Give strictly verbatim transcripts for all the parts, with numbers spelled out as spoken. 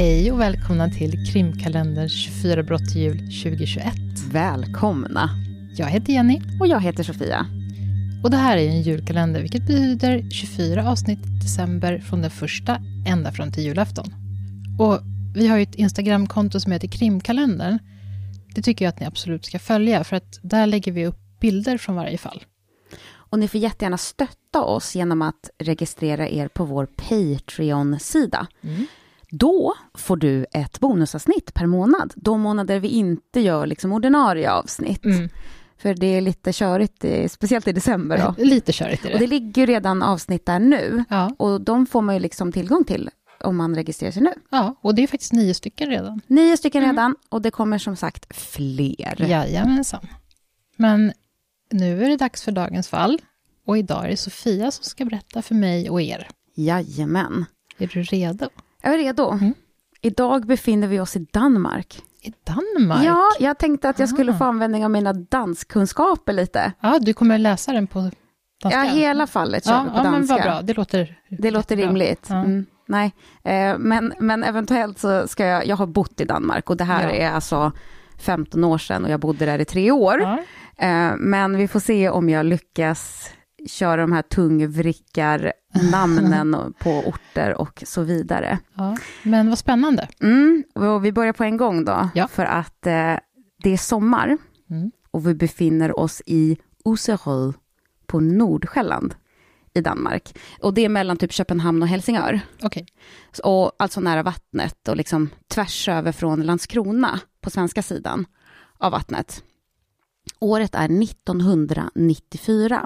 Hej och välkomna till Krimkalenderns tjugofyra brott till jul tjugohundratjugoett. Välkomna. Jag heter Jenny. Och jag heter Sofia. Och det här är en julkalender, vilket betyder tjugofyra avsnitt i december från den första ända fram till julafton. Och vi har ju ett Instagramkonto som heter Krimkalendern. Det tycker jag att ni absolut ska följa, för att där lägger vi upp bilder från varje fall. Och ni får jättegärna stötta oss genom att registrera er på vår Patreon-sida. Mm. Då får du ett bonusavsnitt per månad. De månader vi inte gör liksom ordinarie avsnitt. Mm. För det är lite körigt, speciellt i december då. Lite körigt är det. Och det ligger redan avsnitt där nu. Ja. Och de får man ju liksom tillgång till om man registrerar sig nu. Ja, och det är faktiskt nio stycken redan. Nio stycken mm. redan, och det kommer som sagt fler. Jajamensan. Men nu är det dags för dagens fall. Och idag är det Sofia som ska berätta för mig och er. Jajamän. Är du redo? Jag är redo. Mm. Idag befinner vi oss i Danmark. I Danmark? Ja, jag tänkte att jag skulle ah. få användning av mina danskunskaper lite. Ja, du kommer läsa den på danska? Ja, hela fallet kör ja, vi på ja, danska. Men vad bra, det låter Det låter rimligt. Ja. Mm, nej, eh, men, men eventuellt så ska jag, jag har bott i Danmark och det här ja. är alltså femton år sedan och jag bodde där i tre år. Ja. Eh, men vi får se om jag lyckas köra de här tungvrickar namnen på orter och så vidare. Ja, men vad spännande. Mm, och vi börjar på en gång då. Ja. För att eh, det är sommar mm. och vi befinner oss i Oserød på Nordsjälland i Danmark. Och det är mellan typ Köpenhamn och Helsingör. Okay. Och alltså nära vattnet och liksom tvärs över från Landskrona på svenska sidan av vattnet. Året är nittonhundranittiofyra.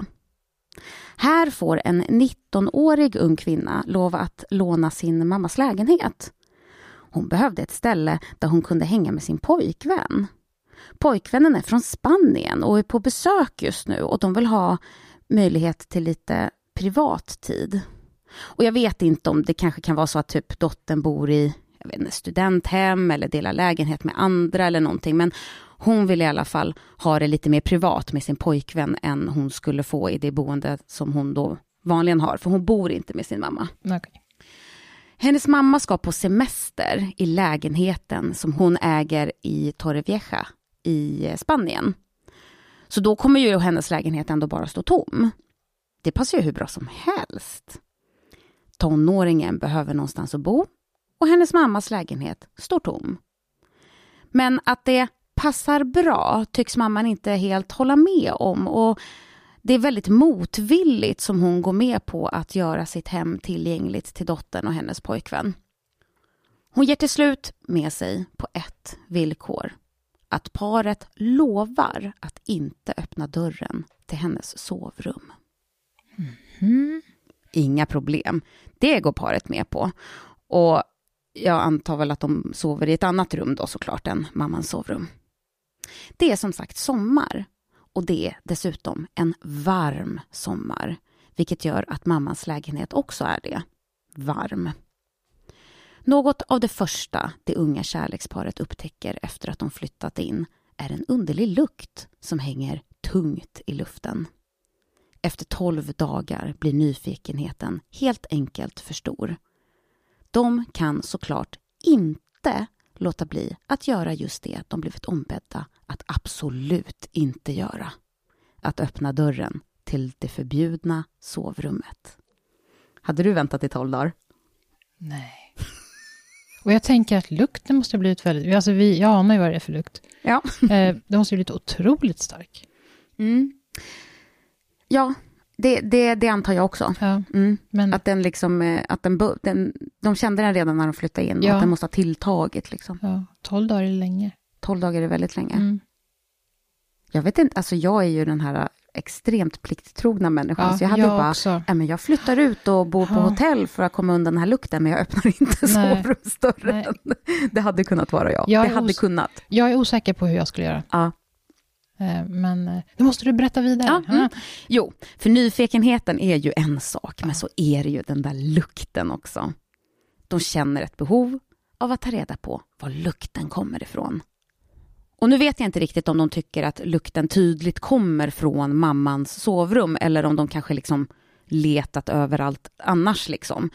Här får en nittonårig ung kvinna lov att låna sin mammas lägenhet. Hon behövde ett ställe där hon kunde hänga med sin pojkvän. Pojkvännen är från Spanien och är på besök just nu och de vill ha möjlighet till lite privat tid. Och jag vet inte om det kanske kan vara så att typ dottern bor i jag vet inte, studenthem eller delar lägenhet med andra eller någonting, men hon vill i alla fall ha det lite mer privat med sin pojkvän än hon skulle få i det boende som hon då vanligen har, för hon bor inte med sin mamma. Okay. Hennes mamma ska på semester i lägenheten som hon äger i Torrevieja i Spanien. Så då kommer ju hennes lägenhet ändå bara stå tom. Det passar ju hur bra som helst. Tonåringen behöver någonstans att bo och hennes mammas lägenhet står tom. Men att det passar bra tycks mamman inte helt hålla med om, och det är väldigt motvilligt som hon går med på att göra sitt hem tillgängligt till dottern och hennes pojkvän. Hon ger till slut med sig på ett villkor: att paret lovar att inte öppna dörren till hennes sovrum. Mm-hmm. Inga problem. Det går paret med på. Och jag antar väl att de sover i ett annat rum då såklart än mammans sovrum. Det är som sagt sommar. Och det är dessutom en varm sommar. Vilket gör att mammans lägenhet också är det. Varm. Något av det första det unga kärleksparet upptäcker efter att de flyttat in är en underlig lukt som hänger tungt i luften. Efter tolv dagar blir nyfikenheten helt enkelt för stor. De kan såklart inte låta bli att göra just det de blivit ombedda att absolut inte göra. Att öppna dörren till det förbjudna sovrummet. Hade du väntat i tolv dagar? Nej. Och jag tänker att lukten måste ha blivit väldigt... Alltså vi, jag anar ju vad det är för lukt. Ja. eh, det måste ha blivit otroligt stark. Mm. Ja, det, det, det antar jag också. Ja, mm. men... Att den liksom... Att den, den, de kände den redan när de flyttade in. Ja. Och att den måste ha tilltagit liksom. Ja, tolv dagar är länge. Tolv dagar är väldigt länge. Mm. Jag vet inte, alltså jag är ju den här extremt plikttrogna människan. Ja, så jag hade jag bara, också. Ja, men jag flyttar ut och bor på ja. hotell för att komma undan den här lukten, men jag öppnar inte sovrumsdörren. Det hade kunnat vara jag. jag det hade os- kunnat. Jag är osäker på hur jag skulle göra. Ja. Men nu måste du berätta vidare. Ja, mm. Jo, för nyfikenheten är ju en sak, ja. men så är det ju den där lukten också. De känner ett behov av att ta reda på var lukten kommer ifrån. Och nu vet jag inte riktigt om de tycker att lukten tydligt kommer från mammans sovrum, eller om de kanske liksom letat överallt annars liksom.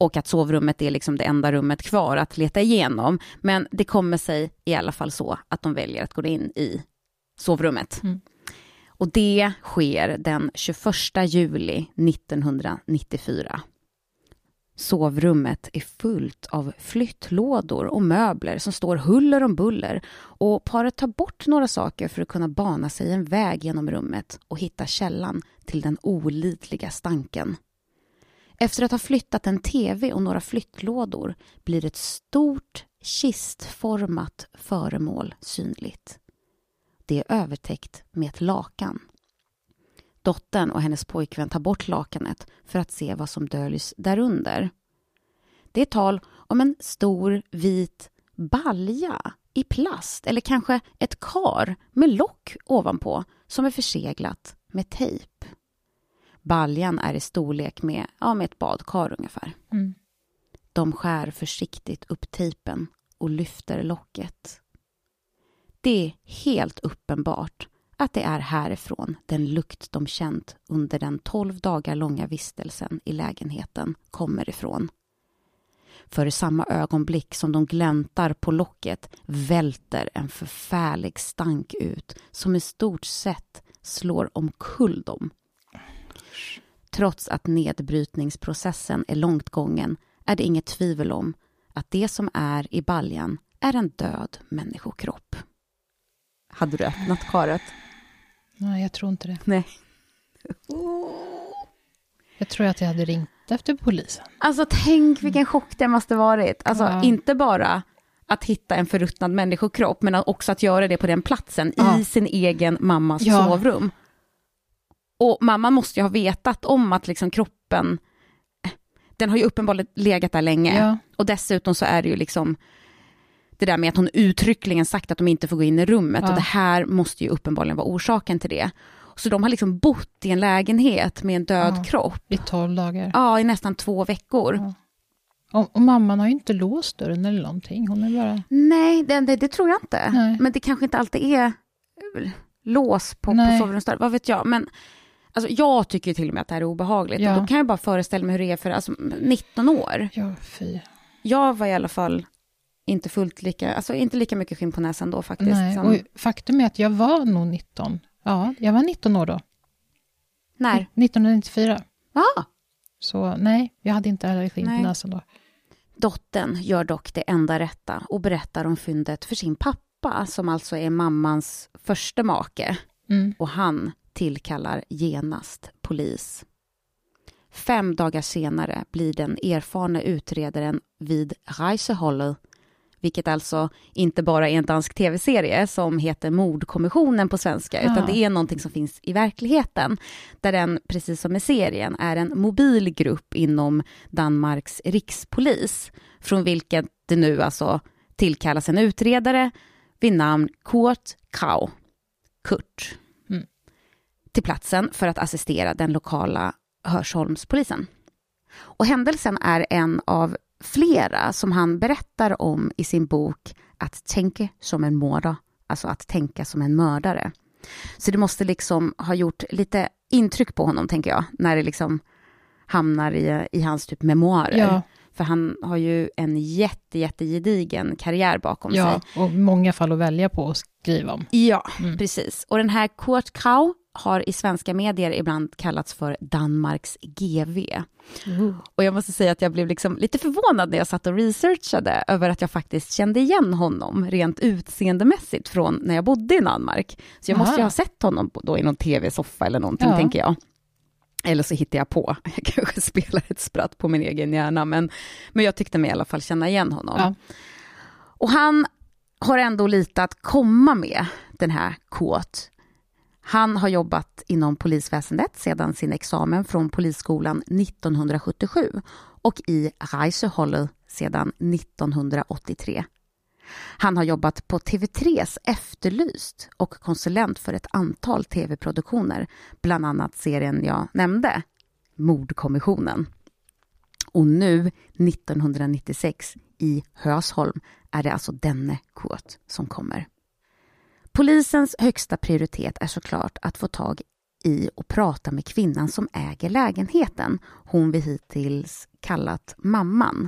Och att sovrummet är liksom det enda rummet kvar att leta igenom. Men det kommer sig i alla fall så att de väljer att gå in i sovrummet. Mm. Och det sker den tjugoförsta juli nittonhundranittiofyra. Sovrummet är fullt av flyttlådor och möbler som står huller om buller. Och paret tar bort några saker för att kunna bana sig en väg genom rummet och hitta källan till den olidliga stanken. Efter att ha flyttat en tv och några flyttlådor blir ett stort kistformat föremål synligt. Det är övertäckt med ett lakan. Dottern och hennes pojkvän tar bort lakanet för att se vad som döljs därunder. Det är tal om en stor vit balja i plast eller kanske ett kar med lock ovanpå som är förseglat med tejp. Baljan är i storlek med, ja, med ett badkar ungefär. Mm. De skär försiktigt upp tejpen och lyfter locket. Det är helt uppenbart att det är härifrån den lukt de känt under den tolv dagar långa vistelsen i lägenheten kommer ifrån. För i samma ögonblick som de gläntar på locket välter en förfärlig stank ut som i stort sett slår omkull dem. Trots att nedbrytningsprocessen är långt gången är det inget tvivel om att det som är i baljan är en död människokropp. Hade du öppnat karet? Nej, jag tror inte det. Nej. Jag tror att jag hade ringt efter polisen. Alltså tänk vilken chock det måste varit. Alltså ja. Inte bara att hitta en förruttnad människokropp, men också att göra det på den platsen ja. I sin egen mammas ja. Sovrum. Och mamman måste ju ha vetat om att liksom kroppen, den har ju uppenbarligen legat där länge. Ja. Och dessutom så är det ju liksom det där med att hon uttryckligen sagt att de inte får gå in i rummet. Ja. Och det här måste ju uppenbarligen vara orsaken till det. Så de har liksom bott i en lägenhet med en död ja. Kropp. I tolv dagar. Ja, i nästan två veckor. Ja. Och, och mamman har ju inte låst dörren eller någonting. Hon är bara... Nej, det, det, det tror jag inte. Nej. Men det kanske inte alltid är lås på, på sovrumsdörren. Vad vet jag, men... Alltså jag tycker till och med att det här är obehagligt. Ja. Och då kan jag bara föreställa mig hur det är för alltså, nitton år. Ja, fy. Jag var i alla fall inte fullt lika, alltså inte lika mycket skinn på näsan då faktiskt. Nej, som... och faktum är att jag var nog nitton. Ja, jag var nitton år då. När? nittonhundranittiofyra. Ja. Så nej, jag hade inte heller skinn på näsan då. Dottern gör dock det enda rätta och berättar om fyndet för sin pappa som alltså är mammans första make. Mm. Och han tillkallar genast polis. Fem dagar senare blir den erfarna utredaren vid Reisehollet, vilket alltså inte bara är en dansk tv-serie som heter Mordkommissionen på svenska, ja. Utan det är någonting som finns i verkligheten, där den, precis som i serien, är en mobil grupp inom Danmarks rikspolis, från vilket det nu alltså tillkallas en utredare vid namn Kurt Kragh. Kurt. Mm. Till platsen för att assistera den lokala Hörsholmspolisen. Och händelsen är en av flera som han berättar om i sin bok Att tänka som en mördare, alltså att tänka som en mördare. Så det måste liksom ha gjort lite intryck på honom, tänker jag, när det liksom hamnar i, i hans typ memoarer. Ja. För han har ju en jätte, jätte gedigen karriär bakom ja, sig. Ja, och många fall att välja på att skriva om. Ja, mm. precis. Och den här Kurt Kragh har i svenska medier ibland kallats för Danmarks G V. Mm. Och jag måste säga att jag blev liksom lite förvånad när jag satt och researchade över att jag faktiskt kände igen honom rent utseendemässigt från när jag bodde i Danmark. Så jag Aha. måste ju ha sett honom då i någon tv-soffa eller någonting, ja. tänker jag. Eller så hittar jag på. Jag kanske spelar ett spratt på min egen hjärna. Men, men jag tyckte mig i alla fall känna igen honom. Ja. Och han har ändå lite att komma med, den här Kurt. Han har jobbat inom polisväsendet sedan sin examen från polisskolan nittonhundrasjuttiosju och i Reisehollet sedan nittonhundraåttiotre. Han har jobbat på T V tres Efterlyst och konsulent för ett antal tv-produktioner, bland annat serien jag nämnde, Mordkommissionen. Och nu, nittonhundranittiosex, i Hörsholm är det alltså denne Kurt som kommer. Polisens högsta prioritet är såklart att få tag i att prata med kvinnan som äger lägenheten, hon vi hittills kallat mamman.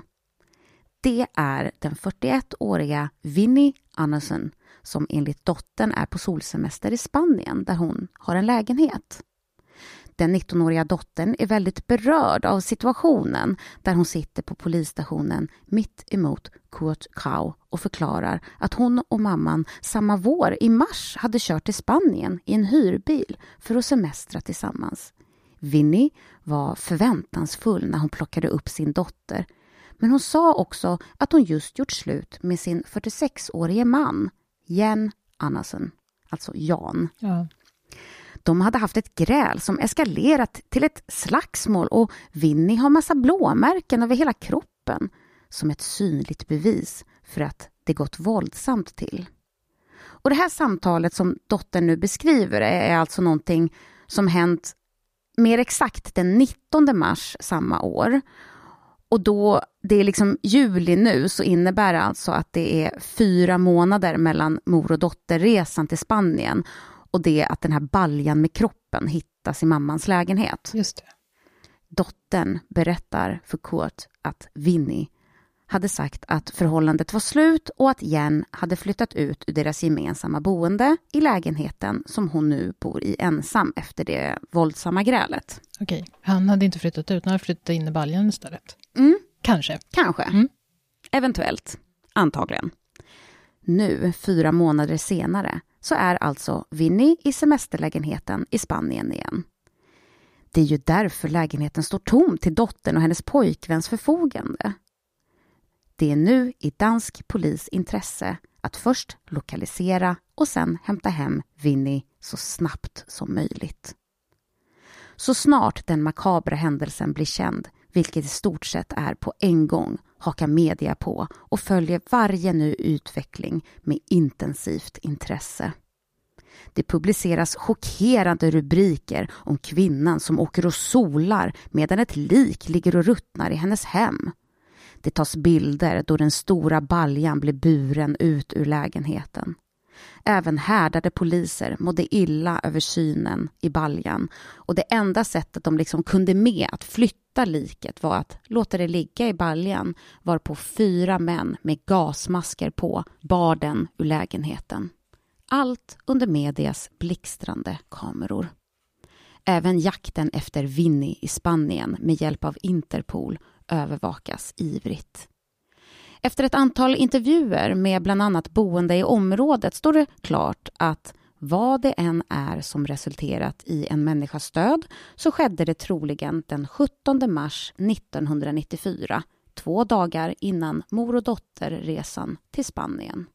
Det är den fyrtioettåriga Vinnie Anderson som enligt dottern är på solsemester i Spanien där hon har en lägenhet. Den nittonåriga dottern är väldigt berörd av situationen där hon sitter på polisstationen mitt emot Kurt Grau och förklarar att hon och mamman samma vår i mars hade kört till Spanien i en hyrbil för att semestra tillsammans. Vinnie var förväntansfull när hon plockade upp sin dotter, men hon sa också att hon just gjort slut med sin fyrtiosexårige man, Jan Anderson, alltså Jan. Ja. De hade haft ett gräl som eskalerat till ett slagsmål och Vinnie har massa blåmärken över hela kroppen som ett synligt bevis för att det gått våldsamt till. Och det här samtalet som dottern nu beskriver är alltså någonting som hänt mer exakt den nittonde mars samma år. Och då det är liksom juli nu så innebär det alltså att det är fyra månader mellan mor- och dotterresan till Spanien och det att den här baljan med kroppen hittas i mammans lägenhet. Just det. Dottern berättar för Kurt att Vinnie hade sagt att förhållandet var slut och att Jan hade flyttat ut ur deras gemensamma boende i lägenheten som hon nu bor i ensam efter det våldsamma grälet. Okej, han hade inte flyttat ut, han hade flyttat in i baljan istället. Mm. Kanske. Kanske. Mm. Eventuellt. Antagligen. Nu, fyra månader senare, så är alltså Vinnie i semesterlägenheten i Spanien igen. Det är ju därför lägenheten står tom till dottern och hennes pojkväns förfogande. Det är nu i dansk polis intresse att först lokalisera och sen hämta hem Vinnie så snabbt som möjligt. Så snart den makabra händelsen blir känd, vilket i stort sett är på en gång, hakar media på och följer varje ny utveckling med intensivt intresse. Det publiceras chockerande rubriker om kvinnan som åker och solar medan ett lik ligger och ruttnar i hennes hem. Det tas bilder då den stora baljan blir buren ut ur lägenheten. Även härdade poliser mådde illa över synen i baljan och det enda sättet de liksom kunde med att flytta liket var att låta det ligga i baljan, varpå fyra män med gasmasker på bar den ur lägenheten. Allt under medias blixtrande kameror. Även jakten efter Vinnie i Spanien med hjälp av Interpol övervakas ivrigt. Efter ett antal intervjuer med bland annat boende i området står det klart att vad det än är som resulterat i en människas död så skedde det troligen den sjuttonde mars nittonhundranittiofyra, två dagar innan mor- och dotterresan till Spanien.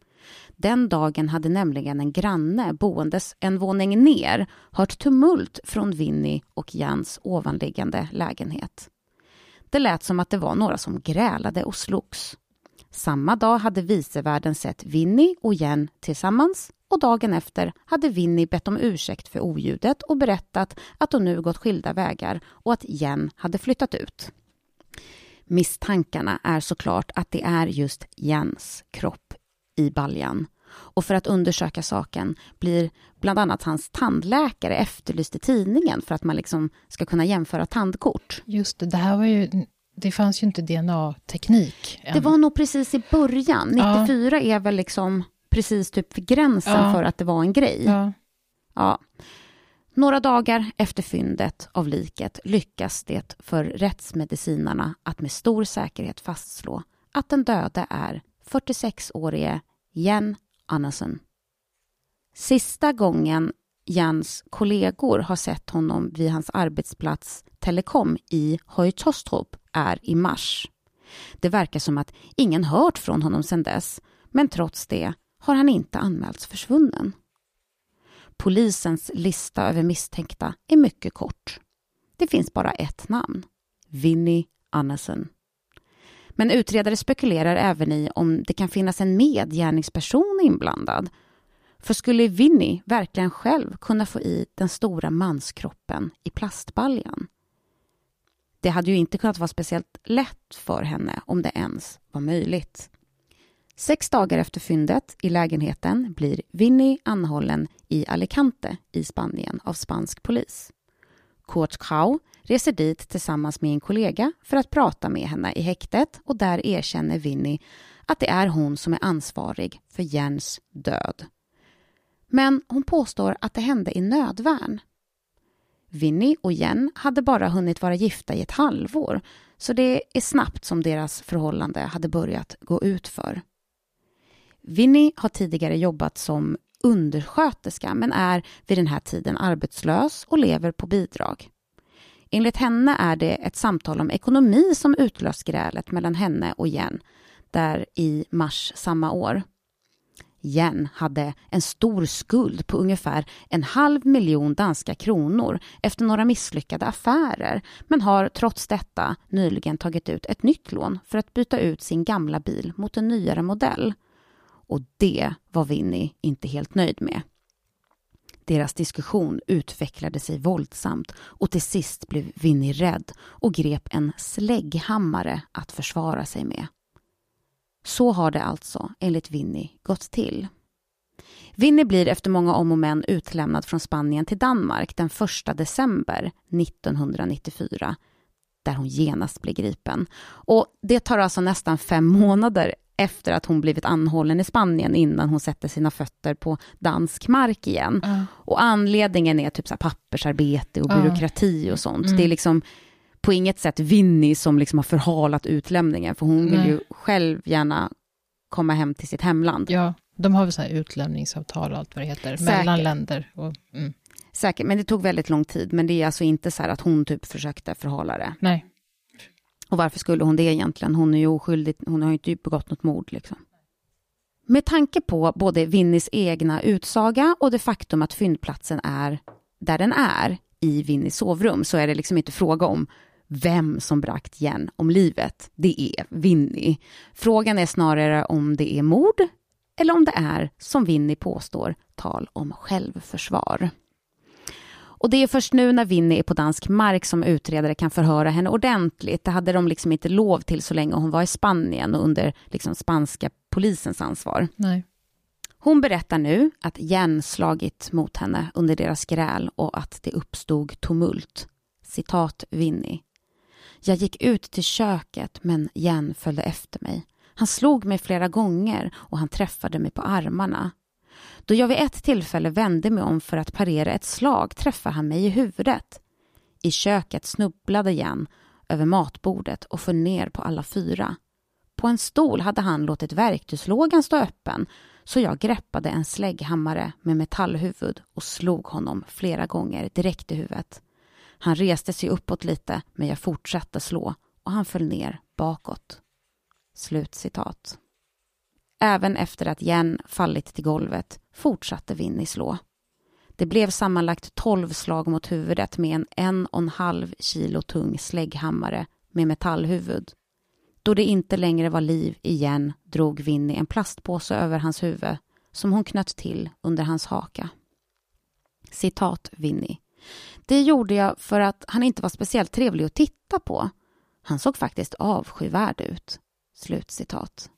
Den dagen hade nämligen en granne boendes en våning ner hört tumult från Vinnie och Jans ovanliggande lägenhet. Det lät som att det var några som grälade och slogs. Samma dag hade vicevärden sett Vinnie och Jan tillsammans och dagen efter hade Vinnie bett om ursäkt för oljudet och berättat att de nu gått skilda vägar och att Jan hade flyttat ut. Misstankarna är såklart att det är just Jans kropp i baljan. Och för att undersöka saken blir bland annat hans tandläkare efterlyst i tidningen för att man liksom ska kunna jämföra tandkort. Just det, det här var ju, det fanns ju inte D N A-teknik än. Det var nog precis i början. nittiofyra ja. Är väl liksom precis typ vid gränsen ja. För att det var en grej. Ja. Ja. Några dagar efter fyndet av liket lyckas det för rättsmedicinarna att med stor säkerhet fastslå att den döde är fyrtiosexårige Jan Anderson. Sista gången Jans kollegor har sett honom vid hans arbetsplats Telekom i Høje-Taastrup är i mars. Det verkar som att ingen hört från honom sedan dess, men trots det har han inte anmälts försvunnen. Polisens lista över misstänkta är mycket kort. Det finns bara ett namn, Vinnie Anderson. Men utredare spekulerar även i om det kan finnas en medgärningsperson inblandad. För skulle Vinnie verkligen själv kunna få i den stora manskroppen i plastbaljan? Det hade ju inte kunnat vara speciellt lätt för henne om det ens var möjligt. Sex dagar efter fyndet i lägenheten blir Vinnie anhållen i Alicante i Spanien av spansk polis. Kurt Grau reser dit tillsammans med en kollega för att prata med henne i häktet och där erkänner Winnie att det är hon som är ansvarig för Jens död. Men hon påstår att det hände i nödvärn. Winnie och Jen hade bara hunnit vara gifta i ett halvår, så det är snabbt som deras förhållande hade börjat gå ut för. Winnie har tidigare jobbat som undersköterska men är vid den här tiden arbetslös och lever på bidrag. Enligt henne är det ett samtal om ekonomi som utlöst grälet mellan henne och Jen där i mars samma år. Jen hade en stor skuld på ungefär en halv miljon danska kronor efter några misslyckade affärer men har trots detta nyligen tagit ut ett nytt lån för att byta ut sin gamla bil mot en nyare modell. Och det var Winnie inte helt nöjd med. Deras diskussion utvecklade sig våldsamt och till sist blev Winnie rädd och grep en slägghammare att försvara sig med. Så har det alltså, enligt Winnie, gått till. Winnie blir efter många om och men utlämnad från Spanien till Danmark den första december nittonhundranittiofyra, där hon genast blir gripen. Och det tar alltså nästan fem månader efter att hon blivit anhållen i Spanien innan hon sätter sina fötter på dansk mark igen. Mm. Och anledningen är typ så här pappersarbete och byråkrati och sånt. Mm. Det är liksom på inget sätt Winnie som liksom har förhalat utlämningen, för hon vill Nej. ju själv gärna komma hem till sitt hemland. Ja, de har väl så här utlämningsavtal och allt vad det heter, Säkert. mellan länder. Och, mm. Säkert, men det tog väldigt lång tid. Men det är alltså inte så här att hon typ försökte förhala det. Nej. Och varför skulle hon det egentligen? Hon är ju oskyldig, hon har ju inte begått något mord liksom. Med tanke på både Winnies egna utsaga och det faktum att fyndplatsen är där den är, i Winnies sovrum, så är det liksom inte fråga om vem som bragt Jen om livet. Det är Winnie. Frågan är snarare om det är mord eller om det är, som Winnie påstår, tal om självförsvar. Och det är först nu när Winnie är på dansk mark som utredare kan förhöra henne ordentligt. Det hade de liksom inte lov till så länge hon var i Spanien och under liksom spanska polisens ansvar. Nej. Hon berättar nu att Jen slagit mot henne under deras gräl och att det uppstod tumult. Citat Winnie. Jag gick ut till köket men Jen följde efter mig. Han slog mig flera gånger och han träffade mig på armarna. Då jag vid ett tillfälle vände mig om för att parera ett slag träffade han mig i huvudet. I köket snubblade Jen över matbordet och föll ner på alla fyra. På en stol hade han låtit verktygslågan stå öppen, så jag greppade en slägghammare med metallhuvud och slog honom flera gånger direkt i huvudet. Han reste sig uppåt lite, men jag fortsatte slå och han föll ner bakåt. Slutcitat. Även efter att Jen fallit till golvet fortsatte Winnie slå. Det blev sammanlagt tolv slag mot huvudet med en en och en halv kilo tung slägghammare med metallhuvud. Då det inte längre var liv igen drog Winnie en plastpåse över hans huvud som hon knöt till under hans haka. Citat Winnie. Det gjorde jag för att han inte var speciellt trevlig att titta på. Han såg faktiskt avskyvärd ut. Slutcitat.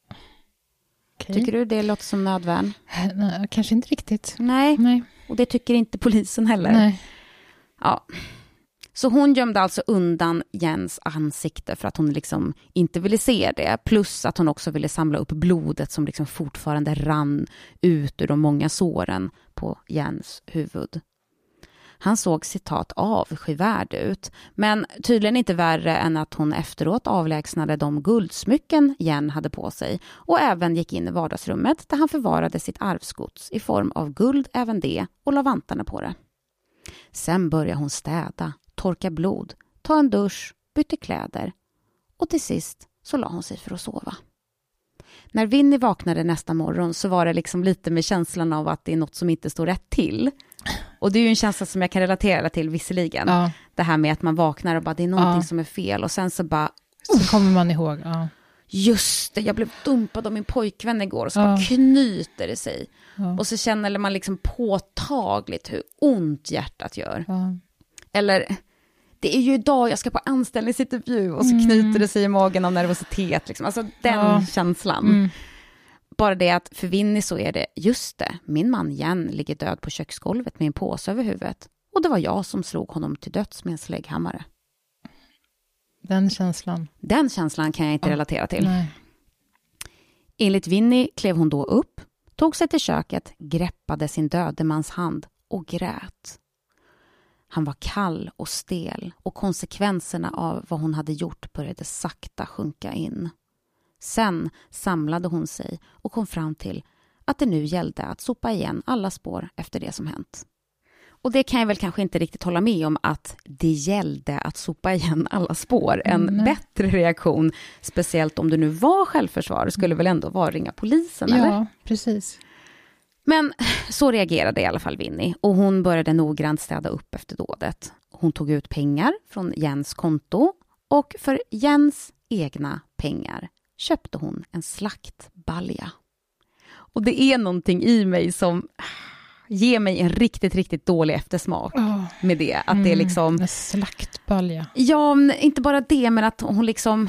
Okay. Tycker du det låter som nödvärn? Nej, kanske inte riktigt. Nej. Nej, och det tycker inte polisen heller. Nej. Ja. Så hon gömde alltså undan Jens ansikte för att hon liksom inte ville se det. Plus att hon också ville samla upp blodet som liksom fortfarande rann ut ur de många såren på Jens huvud. Han såg citat avskyvärd ut, men tydligen inte värre än att hon efteråt avlägsnade de guldsmycken Jen hade på sig och även gick in i vardagsrummet där han förvarade sitt arvsgods i form av guld även det och la vantarna på det. Sen började hon städa, torka blod, ta en dusch, bytte kläder och till sist så la hon sig för att sova. När Winnie vaknade nästa morgon så var det liksom lite med känslan av att det är något som inte står rätt till. Och det är ju en känsla som jag kan relatera till visserligen. Ja. Det här med att man vaknar och bara det är någonting ja. som är fel och sen så bara... Så kommer man ihåg. Ja. Just det, jag blev dumpad av min pojkvän igår och så ja. bara knyter det sig. Ja. Och så känner man liksom påtagligt hur ont hjärtat gör. Ja. Eller... Det är ju idag jag ska på anställningsintervju och så knyter mm. det sig i magen av nervositet. Liksom. Alltså den ja. känslan. Mm. Bara det att för Vinnie så är det, just det, min man Jen ligger död på köksgolvet med en påse över huvudet. Och det var jag som slog honom till döds med en slägghammare. Den känslan. Den känslan kan jag inte ja. relatera till. Nej. Enligt Vinnie klev hon då upp, tog sig till köket, greppade sin döde mans hand och grät. Han var kall och stel och konsekvenserna av vad hon hade gjort började sakta sjunka in. Sen samlade hon sig och kom fram till att det nu gällde att sopa igen alla spår efter det som hänt. Och det kan jag väl kanske inte riktigt hålla med om, att det gällde att sopa igen alla spår. En mm. bättre reaktion, speciellt om det nu var självförsvar, skulle väl ändå vara att ringa polisen, ja, eller? Ja, precis. Men så reagerade i alla fall Vinnie, och hon började noggrant städa upp efter dådet. Hon tog ut pengar från Jens konto, och för Jens egna pengar köpte hon en slaktbalja. Och det är någonting i mig som ger mig en riktigt, riktigt dålig eftersmak oh. med det. Att mm, det är liksom... En slaktbalja. Ja, inte bara det, men att hon liksom...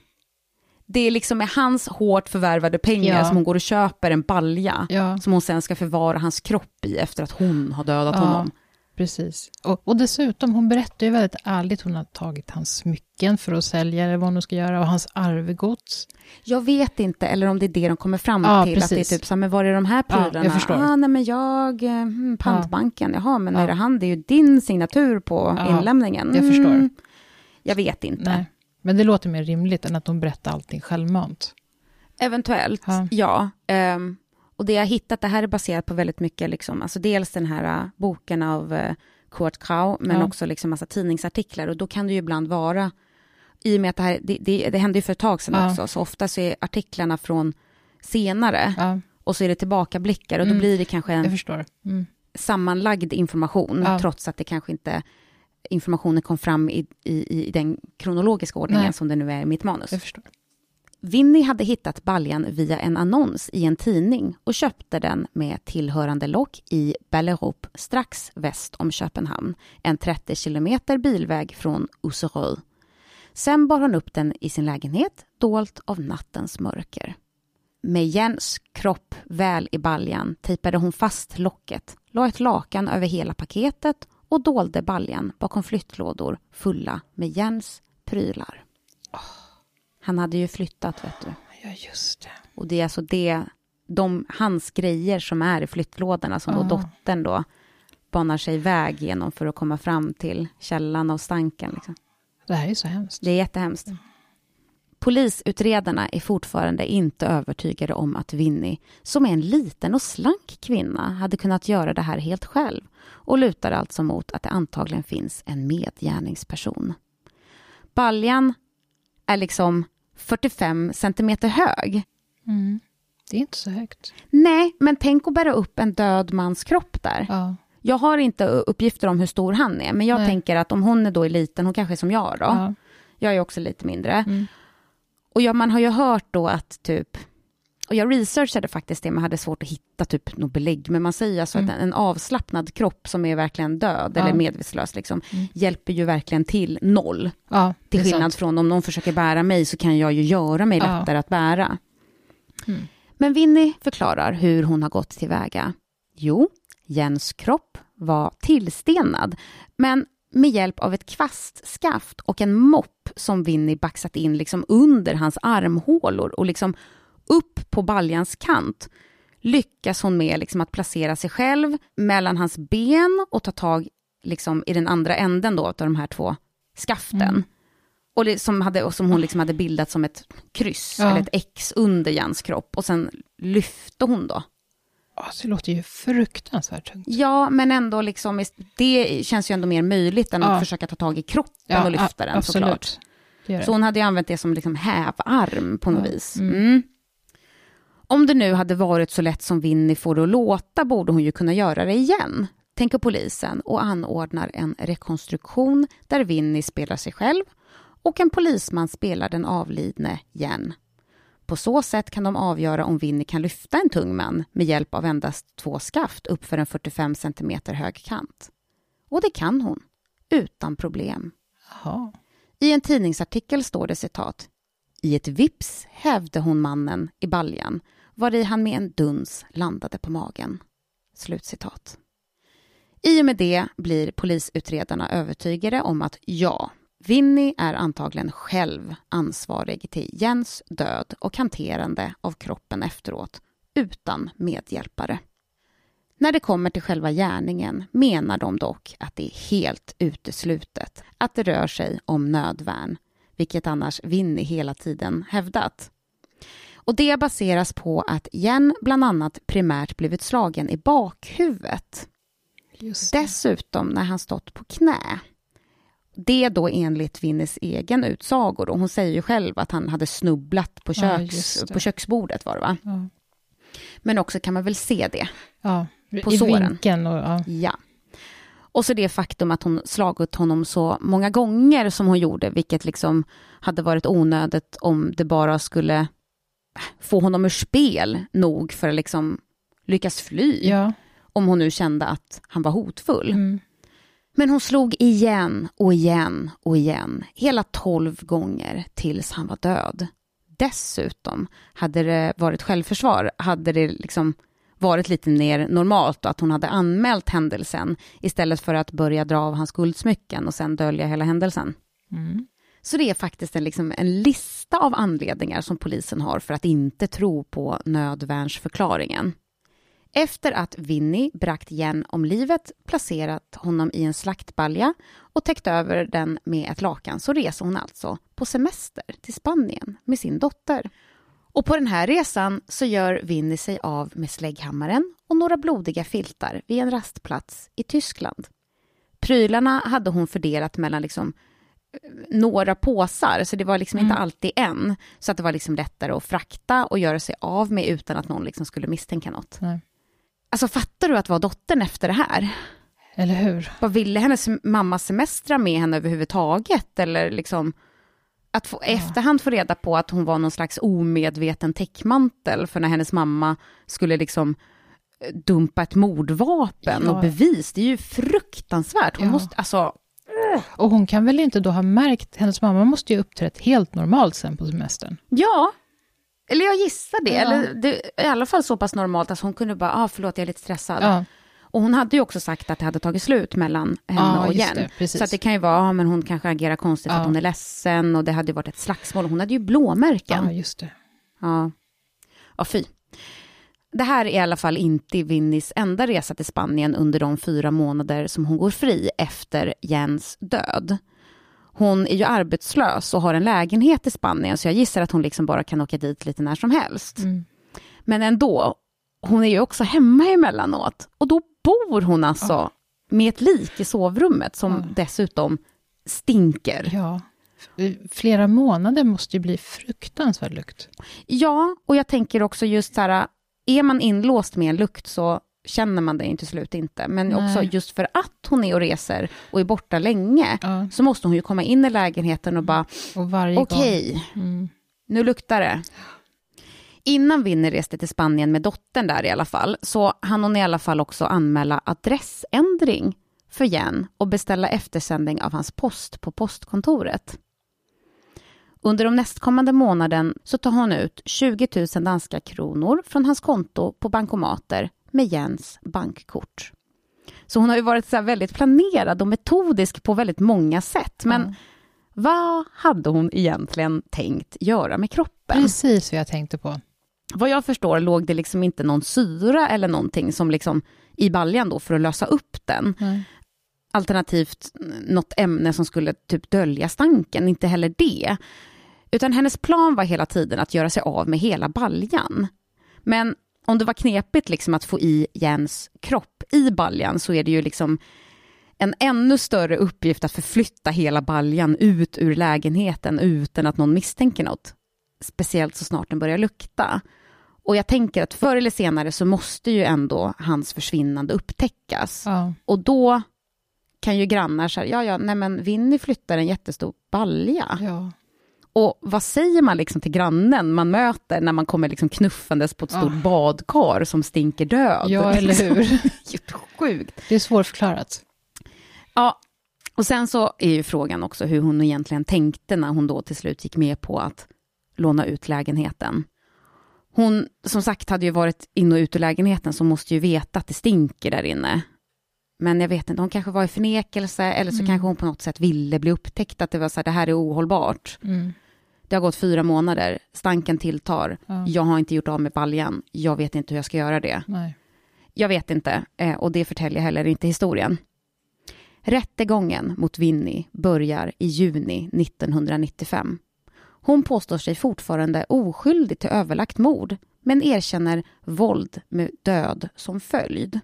Det är liksom med hans hårt förvärvade pengar ja. som hon går och köper en balja ja. som hon sen ska förvara hans kropp i efter att hon har dödat ja. honom. Precis. Och, och dessutom, hon berättar ju väldigt ärligt, hon har tagit hans smycken för att sälja eller vad hon ska göra, och hans arvegods. Jag vet inte, eller om det är det de kommer fram ja, till, precis. Att det är typ så här, men var är de här prylarna? Ja, jag förstår. Ah, nej men jag, hmm, pantbanken, ja. jaha, men ja. är det han? Det är ju din signatur på ja, inlämningen. Mm, jag förstår. Jag vet inte. Nej. Men det låter mer rimligt än att de berättar allting självmant. Eventuellt, ja. ja. Um, och det jag har hittat, det här är baserat på väldigt mycket, liksom, alltså dels den här uh, boken av uh, Kurt Krau, men ja. också liksom massa tidningsartiklar. Och då kan det ju ibland vara, i och med att det här, det, det, det hände ju för ett tag sedan ja. också, så ofta så är artiklarna från senare, ja. och så är det tillbakablickar, och då mm. blir det kanske en mm. sammanlagd information, ja. trots att det kanske inte informationen kom fram i, i, i den kronologiska ordningen Nej. som det nu är i mitt manus. Jag förstår. Vinnie hade hittat baljan via en annons i en tidning och köpte den med tillhörande lock i Ballerup, strax väst om Köpenhamn, en trettio kilometer bilväg från Userød. Sen bar han upp den i sin lägenhet, dolt av nattens mörker. Med Jens kropp väl i baljan tejpade hon fast locket, la ett lakan över hela paketet och dolde baljan bakom flyttlådor fulla med Jens prylar. Oh. Han hade ju flyttat, vet du. Ja, just det. Och det är alltså det, de, hans grejer som är i flyttlådorna som oh. då dottern då banar sig iväg genom för att komma fram till källan och stanken. Liksom. Det här är så hemskt. Det är jättehemskt. Mm. Polisutredarna är fortfarande inte övertygade om att Vinnie, som är en liten och slank kvinna, hade kunnat göra det här helt själv, och lutar alltså mot att det antagligen finns en medgärningsperson. Baljan är liksom fyrtiofem centimeter hög. Mm. Det är inte så högt. Nej, men tänk att bära upp en död mans kropp där. Ja. Jag har inte uppgifter om hur stor han är, men jag Nej. tänker att om hon är då liten, hon kanske är som jag då. Ja. Jag är också lite mindre. Mm. Och ja, man har ju hört då att typ, och jag researchade faktiskt det, man hade svårt att hitta typ något belägg, men man säger alltså mm. att en avslappnad kropp som är verkligen död ja. eller medvetslös liksom, mm. hjälper ju verkligen till noll. Ja, till skillnad sant. Från om någon försöker bära mig, så kan jag ju göra mig ja. lättare att bära. Mm. Men Vinnie förklarar hur hon har gått tillväga. Jo, Jens kropp var tillstenad, men med hjälp av ett kvastskaft och en mopp som Vinnie baxat in liksom under hans armhålor och liksom upp på baljans kant, lyckas hon med liksom att placera sig själv mellan hans ben och ta tag liksom i den andra änden då av de här två skaften. Mm. Och, det, som hade, och som hon liksom hade bildat som ett kryss ja. eller ett X under Jans kropp. Och sen lyfte hon då. Alltså, det låter ju fruktansvärt tungt. Ja, men ändå liksom, det känns ju ändå mer möjligt än ja. att försöka ta tag i kroppen ja, och lyfta den absolut. såklart. Det det. Så hon hade ju använt det som liksom hävarm på något ja. vis. Mm. Mm. Om det nu hade varit så lätt som Vinnie får det att låta, borde hon ju kunna göra det igen, tänker polisen, och anordnar en rekonstruktion där Vinnie spelar sig själv och en polisman spelar den avlidne Jen. På så sätt kan de avgöra om Vinnie kan lyfta en tung man med hjälp av endast två skaft upp för en fyrtiofem centimeter hög kant. Och det kan hon, utan problem. Aha. I en tidningsartikel står det citat: i ett vips hävde hon mannen i baljan, var i han med en duns landade på magen. Slutcitat. I och med det blir polisutredarna övertygade om att ja, Vinnie är antagligen själv ansvarig till Jens död och hanterande av kroppen efteråt utan medhjälpare. När det kommer till själva gärningen menar de dock att det är helt uteslutet att det rör sig om nödvärn, vilket annars Vinnie hela tiden hävdat. Och det baseras på att Jen bland annat primärt blivit slagen i bakhuvudet. Just det. Dessutom när han stått på knä. Det då enligt Vinnies egen utsagor. Och hon säger ju själv att han hade snubblat på, köks, ja, på köksbordet var det va? Ja. Men också kan man väl se det. Ja, på i såren. vinkeln. Och, ja. ja. Och så det faktum att hon slagit honom så många gånger som hon gjorde. Vilket liksom hade varit onödigt om det bara skulle få honom ur spel nog för att liksom lyckas fly. Ja. Om hon nu kände att han var hotfull. Mm. Men hon slog igen och igen och igen. Hela tolv gånger tills han var död. Dessutom hade det varit självförsvar. Hade det liksom varit lite mer normalt. Och att hon hade anmält händelsen. Istället för att börja dra av hans guldsmycken. Och sen dölja hela händelsen. Mm. Så det är faktiskt en, liksom, en lista av anledningar som polisen har. För att inte tro på nödvärnsförklaringen. Efter att Vinnie bragt Jen om livet, placerat honom i en slaktbalja och täckt över den med ett lakan, så reser hon alltså på semester till Spanien med sin dotter. Och på den här resan så gör Vinnie sig av med slägghammaren och några blodiga filtar vid en rastplats i Tyskland. Prylarna hade hon fördelat mellan liksom några påsar, så det var liksom mm. inte alltid en, så att det var liksom lättare att frakta och göra sig av med utan att någon liksom skulle misstänka något. Nej. Alltså fattar du att vara dottern efter det här? Eller hur? Vad ville hennes mamma semestra med henne överhuvudtaget? Eller liksom att få, ja. efterhand få reda på att hon var någon slags omedveten täckmantel för när hennes mamma skulle liksom dumpa ett mordvapen ja. och bevis. Det är ju fruktansvärt. Hon ja. måste, alltså... Och hon kan väl inte då ha märkt, hennes mamma måste ju uppträtt helt normalt sen på semestern. Ja, eller jag gissar det. Ja. Eller det i alla fall så pass normalt att hon kunde bara, ah, förlåt jag är lite stressad. Ja. Och hon hade ju också sagt att det hade tagit slut mellan henne ja, och Jen. Det, så att det kan ju vara, ah, men hon kanske agerar konstigt för ja. att hon är ledsen. Och det hade varit ett slagsmål. Hon hade ju blåmärken. Ja, just det. Ja, ja fy. Det här är i alla fall inte Vinnies enda resa till Spanien under de fyra månader som hon går fri efter Jens död. Hon är ju arbetslös och har en lägenhet i Spanien, så jag gissar att hon liksom bara kan åka dit lite när som helst. Mm. Men ändå, hon är ju också hemma emellanåt. Och då bor hon alltså ja. med ett lik i sovrummet som ja. dessutom stinker. Ja, flera månader måste ju bli fruktansvärd lukt. Ja, och jag tänker också just så här, är man inlåst med en lukt så känner man det inte slut inte. Men Nej. också just för att hon är och reser och är borta länge ja. så måste hon ju komma in i lägenheten och bara okej, okay, mm. nu luktar det. Innan Vinnie reste till Spanien med dottern där i alla fall så hann hon i alla fall också anmäla adressändring för Jen och beställa eftersändning av hans post på postkontoret. Under de nästkommande månaden så tar hon ut tjugo tusen danska kronor från hans konto på bankomater med Jens bankkort. Så hon har ju varit så här väldigt planerad och metodisk på väldigt många sätt. Men mm. vad hade hon egentligen tänkt göra med kroppen? Precis vad jag tänkte på. Vad jag förstår låg det liksom inte någon syra eller någonting som liksom i baljan då för att lösa upp den. Mm. Alternativt något ämne som skulle typ dölja stanken, inte heller det. Utan hennes plan var hela tiden att göra sig av med hela baljan. Men om det var knepigt liksom att få i Jens kropp i baljan så är det ju liksom en ännu större uppgift att förflytta hela baljan ut ur lägenheten utan att någon misstänker något. Speciellt så snart den börjar lukta. Och jag tänker att förr eller senare så måste ju ändå hans försvinnande upptäckas. Ja. Och då kan ju grannar säga, ja ja, nej men Vinnie flyttar en jättestor balja. Ja. Och vad säger man liksom till grannen man möter när man kommer liksom knuffandes på ett stort oh. badkar som stinker död? Ja, eller hur? Sjukt. Det är svårförklarat. Ja, och sen så är ju frågan också hur hon egentligen tänkte när hon då till slut gick med på att låna ut lägenheten. Hon som sagt hade ju varit in och ut ur lägenheten, så måste ju veta att det stinker där inne. Men jag vet inte, hon kanske var i förnekelse eller så mm. kanske hon på något sätt ville bli upptäckt att det var så här, det här är ohållbart. Mm. Det har gått fyra månader, stanken tilltar. Ja. Jag har inte gjort av med baljan. Jag vet inte hur jag ska göra det. Nej. Jag vet inte, och det förtäljer heller inte historien. Rättegången mot Winnie börjar i juni nittonhundranittiofem. Hon påstår sig fortfarande oskyldig till överlagt mord, men erkänner våld med död som följd.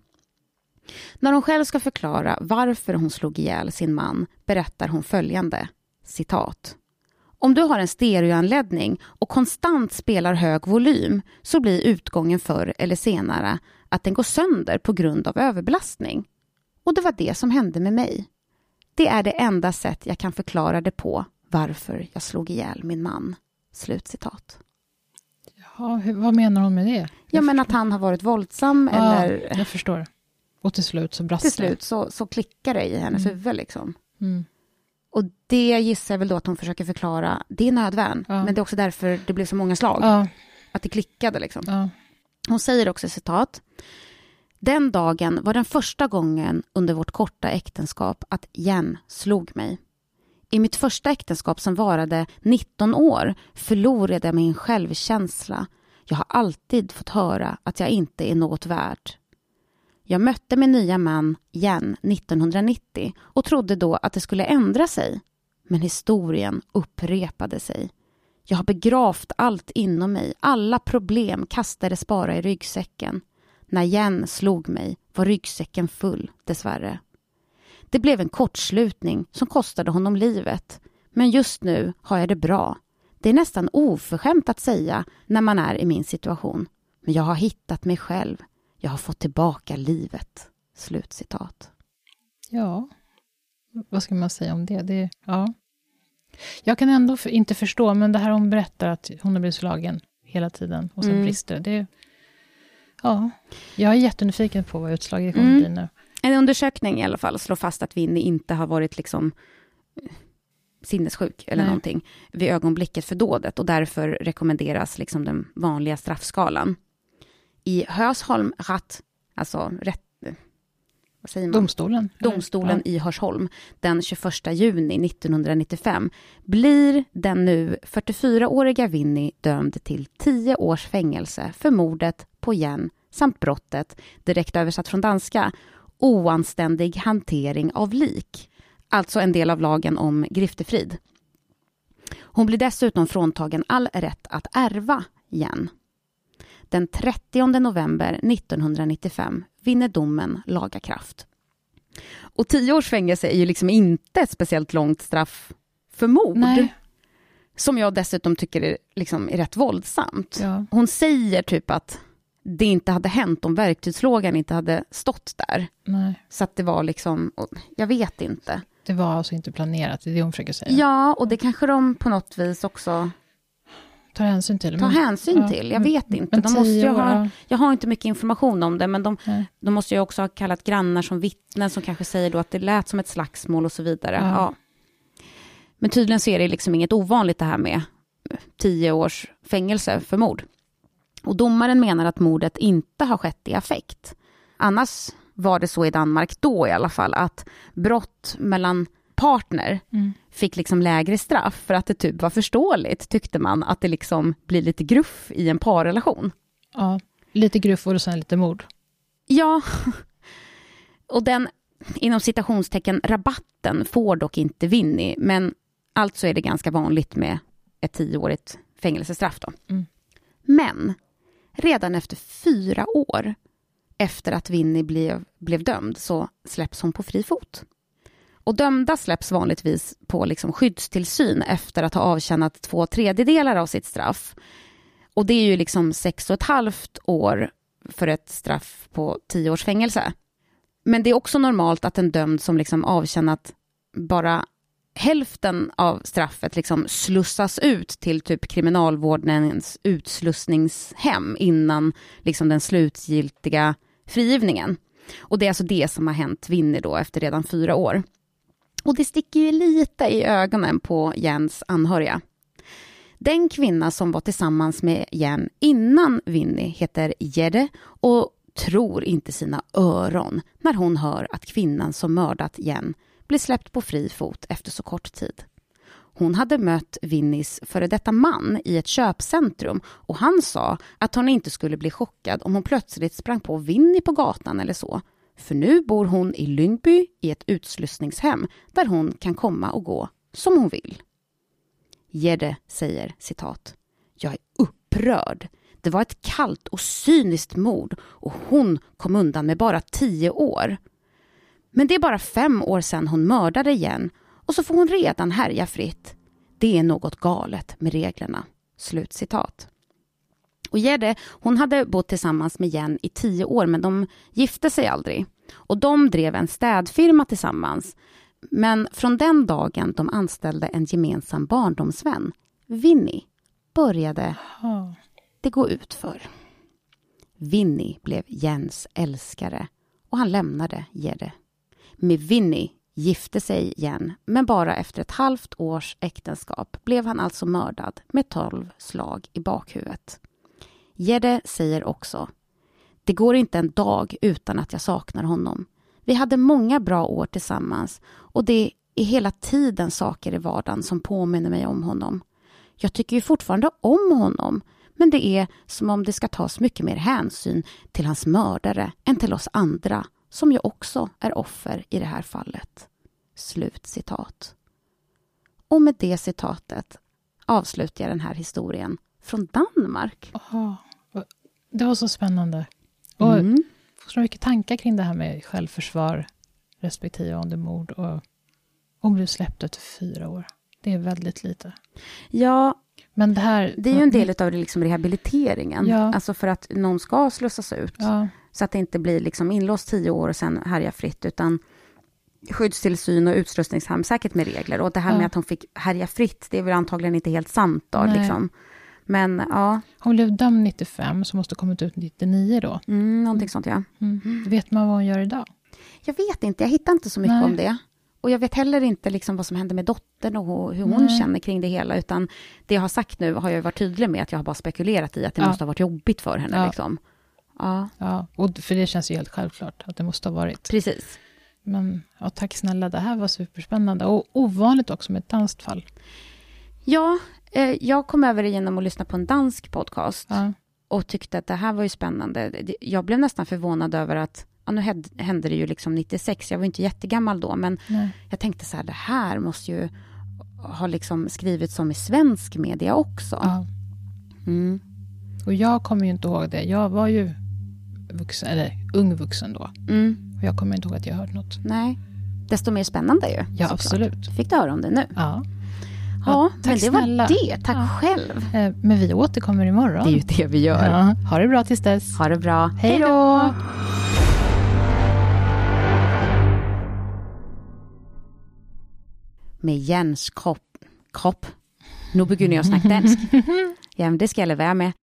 När hon själv ska förklara varför hon slog ihjäl sin man berättar hon följande, citat. Om du har en stereoanläggning och konstant spelar hög volym så blir utgången förr eller senare att den går sönder på grund av överbelastning. Och det var det som hände med mig. Det är det enda sätt jag kan förklara det på varför jag slog ihjäl min man. Slutcitat. Ja, hur, vad menar hon med det? Jag ja, men att han har varit våldsam. Ja, eller... jag förstår. Och till slut så brast Till slut så, så klickar det i hennes mm. huvud liksom. Mm. Och det gissar väl då att hon försöker förklara. Det är nödvärn, ja. Men det är också därför det blev så många slag. Ja. Att det klickade liksom. Ja. Hon säger också, citat. Den dagen var den första gången under vårt korta äktenskap att Jen slog mig. I mitt första äktenskap som varade nitton år förlorade jag min självkänsla. Jag har alltid fått höra att jag inte är något värd. Jag mötte min nya man Jen nittonhundranittio och trodde då att det skulle ändra sig. Men historien upprepade sig. Jag har begravt allt inom mig. Alla problem kastades bara i ryggsäcken. När Jen slog mig var ryggsäcken full, dessvärre. Det blev en kortslutning som kostade honom livet. Men just nu har jag det bra. Det är nästan oförskämt att säga när man är i min situation. Men jag har hittat mig själv. Jag har fått tillbaka livet. Slutcitat. Ja, vad ska man säga om det? det ja. Jag kan ändå för, inte förstå, men det här hon berättar att hon har blivit slagen hela tiden och sen mm. brister det. Ja, jag är jättenyfiken på vad utslaget kommer mm. bli nu. En undersökning i alla fall slår fast att Winnie inte har varit liksom sinnessjuk eller Nej. någonting vid ögonblicket för dådet och därför rekommenderas liksom den vanliga straffskalan. I Hörsholm rätt, alltså rätt, vad säger man? Domstolen. Domstolen ja. i Hörsholm den tjugoförsta juni nittonhundranittiofem blir den nu fyrtiofyraåriga Winnie dömd till tio års fängelse för mordet på Jen samt brottet, direkt översatt från danska, oanständig hantering av lik. Alltså en del av lagen om griftefrid. Hon blir dessutom fråntagen all rätt att ärva Jen. Den trettionde november nittonhundranittiofem vinner domen laga kraft. Och tio års fängelse är ju liksom inte ett speciellt långt straff för mord. Nej. Som jag dessutom tycker är, liksom, är rätt våldsamt. Ja. Hon säger typ att det inte hade hänt om verktygslågan inte hade stått där. Nej. Så att det var liksom, jag vet inte. Det var alltså inte planerat, det är det hon försöker säga. Ja, och det kanske de på något vis också tar hänsyn till. Tar hänsyn ja. till, jag vet inte. De måste ju ha, jag har inte mycket information om det, men de, de måste ju också ha kallat grannar som vittnen som kanske säger då att det lät som ett slagsmål och så vidare. Ja. Ja. Men tydligen så är det liksom inget ovanligt det här med tio års fängelse för mord. Och domaren menar att mordet inte har skett i affekt. Annars var det så i Danmark då i alla fall att brott mellan partner mm. fick liksom lägre straff för att det typ var förståeligt, tyckte man, att det liksom blir lite gruff i en parrelation. Ja, lite gruff och sen lite mord. Ja, och den inom citationstecken rabatten får dock inte Winnie, men alltså är det ganska vanligt med ett tioårigt fängelsestraff då. Mm. Men redan efter fyra år efter att Winnie blev, blev dömd så släpps hon på fri fot. Och dömda släpps vanligtvis på liksom skyddstillsyn efter att ha avtjänat två tredjedelar av sitt straff. Och det är ju liksom sex och ett halvt år för ett straff på tio års fängelse. Men det är också normalt att en dömd som liksom avtjänat bara hälften av straffet liksom slussas ut till typ kriminalvårdens utslussningshem innan liksom den slutgiltiga frigivningen. Och det är alltså det som har hänt Winnie då efter redan fyra år. Och det sticker ju lite i ögonen på Jens anhöriga. Den kvinna som var tillsammans med Jen innan Winnie heter Jede och tror inte sina öron när hon hör att kvinnan som mördat Jen blir släppt på fri fot efter så kort tid. Hon hade mött Winnies före detta man i ett köpcentrum och han sa att hon inte skulle bli chockad om hon plötsligt sprang på Winnie på gatan eller så. För nu bor hon i Lyngby i ett utslussningshem där hon kan komma och gå som hon vill. Jede säger, citat, jag är upprörd. Det var ett kallt och cyniskt mord och hon kom undan med bara tio år. Men det är bara fem år sedan hon mördade igen och så får hon redan härja fritt. Det är något galet med reglerna. Slut citat. Och Jede, hon hade bott tillsammans med Jen i tio år men de gifte sig aldrig. Och de drev en städfirma tillsammans. Men från den dagen de anställde en gemensam barndomsvän, Winnie, började Oh. det gå ut för. Winnie blev Jens älskare och han lämnade Jede. Med Winnie gifte sig Jen, men bara efter ett halvt års äktenskap blev han alltså mördad med tolv slag i bakhuvudet. Jede säger också, det går inte en dag utan att jag saknar honom. Vi hade många bra år tillsammans och det är hela tiden saker i vardagen som påminner mig om honom. Jag tycker ju fortfarande om honom, men det är som om det ska tas mycket mer hänsyn till hans mördare än till oss andra, som ju också är offer i det här fallet. Slut citat. Och med det citatet avslutar jag den här historien från Danmark. Oh. Det var så spännande. Och Mm. så mycket tankar kring det här med självförsvar respektive under mord. Och hon blev släppt efter fyra år. Det är väldigt lite. Ja, men det här... Det är ju en del av liksom rehabiliteringen. Ja. Alltså för att någon ska slussas ut. Ja. Så att det inte blir liksom inlåst tio år och sen härja fritt. Utan skyddstillsyn och utslussningshem, säkert med regler. Och det här Ja. med att hon fick härja fritt, det är väl antagligen inte helt sant då. Nej. Liksom. Men ja. Hon blev dömd nittiofem, så måste ha kommit ut nittionio då. Mm, någonting sånt, ja. Mm. Vet man vad hon gör idag? Jag vet inte, jag hittar inte så mycket Nej. om det. Och jag vet heller inte liksom vad som händer med dottern och hur hon Nej. känner kring det hela. Utan det jag har sagt nu har jag varit tydlig med att jag har bara spekulerat i att det Ja. måste ha varit jobbigt för henne. Ja. Liksom. Ja, Ja, och för det känns ju helt självklart att det måste ha varit. precis. Men ja, tack snälla, det här var superspännande. Och ovanligt också med ett danskt fall. Ja, eh, jag kom över genom att lyssna på en dansk podcast. Ja. Och tyckte att det här var ju spännande. Det- Jag blev nästan förvånad över att, ja, nu hed- hände det ju liksom nittiosex. Jag var inte jättegammal då, men Nej. jag tänkte så här, det här måste ju ha liksom skrivits som i svensk media också. Ja. Mm. Och jag kommer ju inte ihåg det. Jag var ju vuxen, eller ung vuxen då. Mm. Och jag kommer inte ihåg att jag hört något. Nej, desto mer spännande ju. Ja, såklart. absolut. Fick du höra om det nu? Ja. Ja, tack men det snälla. var det. Tack Ja. själv. Eh, Men vi återkommer imorgon. Det är ju det vi gör. Ja. Ha det bra tills dess. Ha det bra. Hej då! Med Jens kropp. kropp. Nu begynder jeg at snakke dansk. Jamen, det skal jeg lade være med.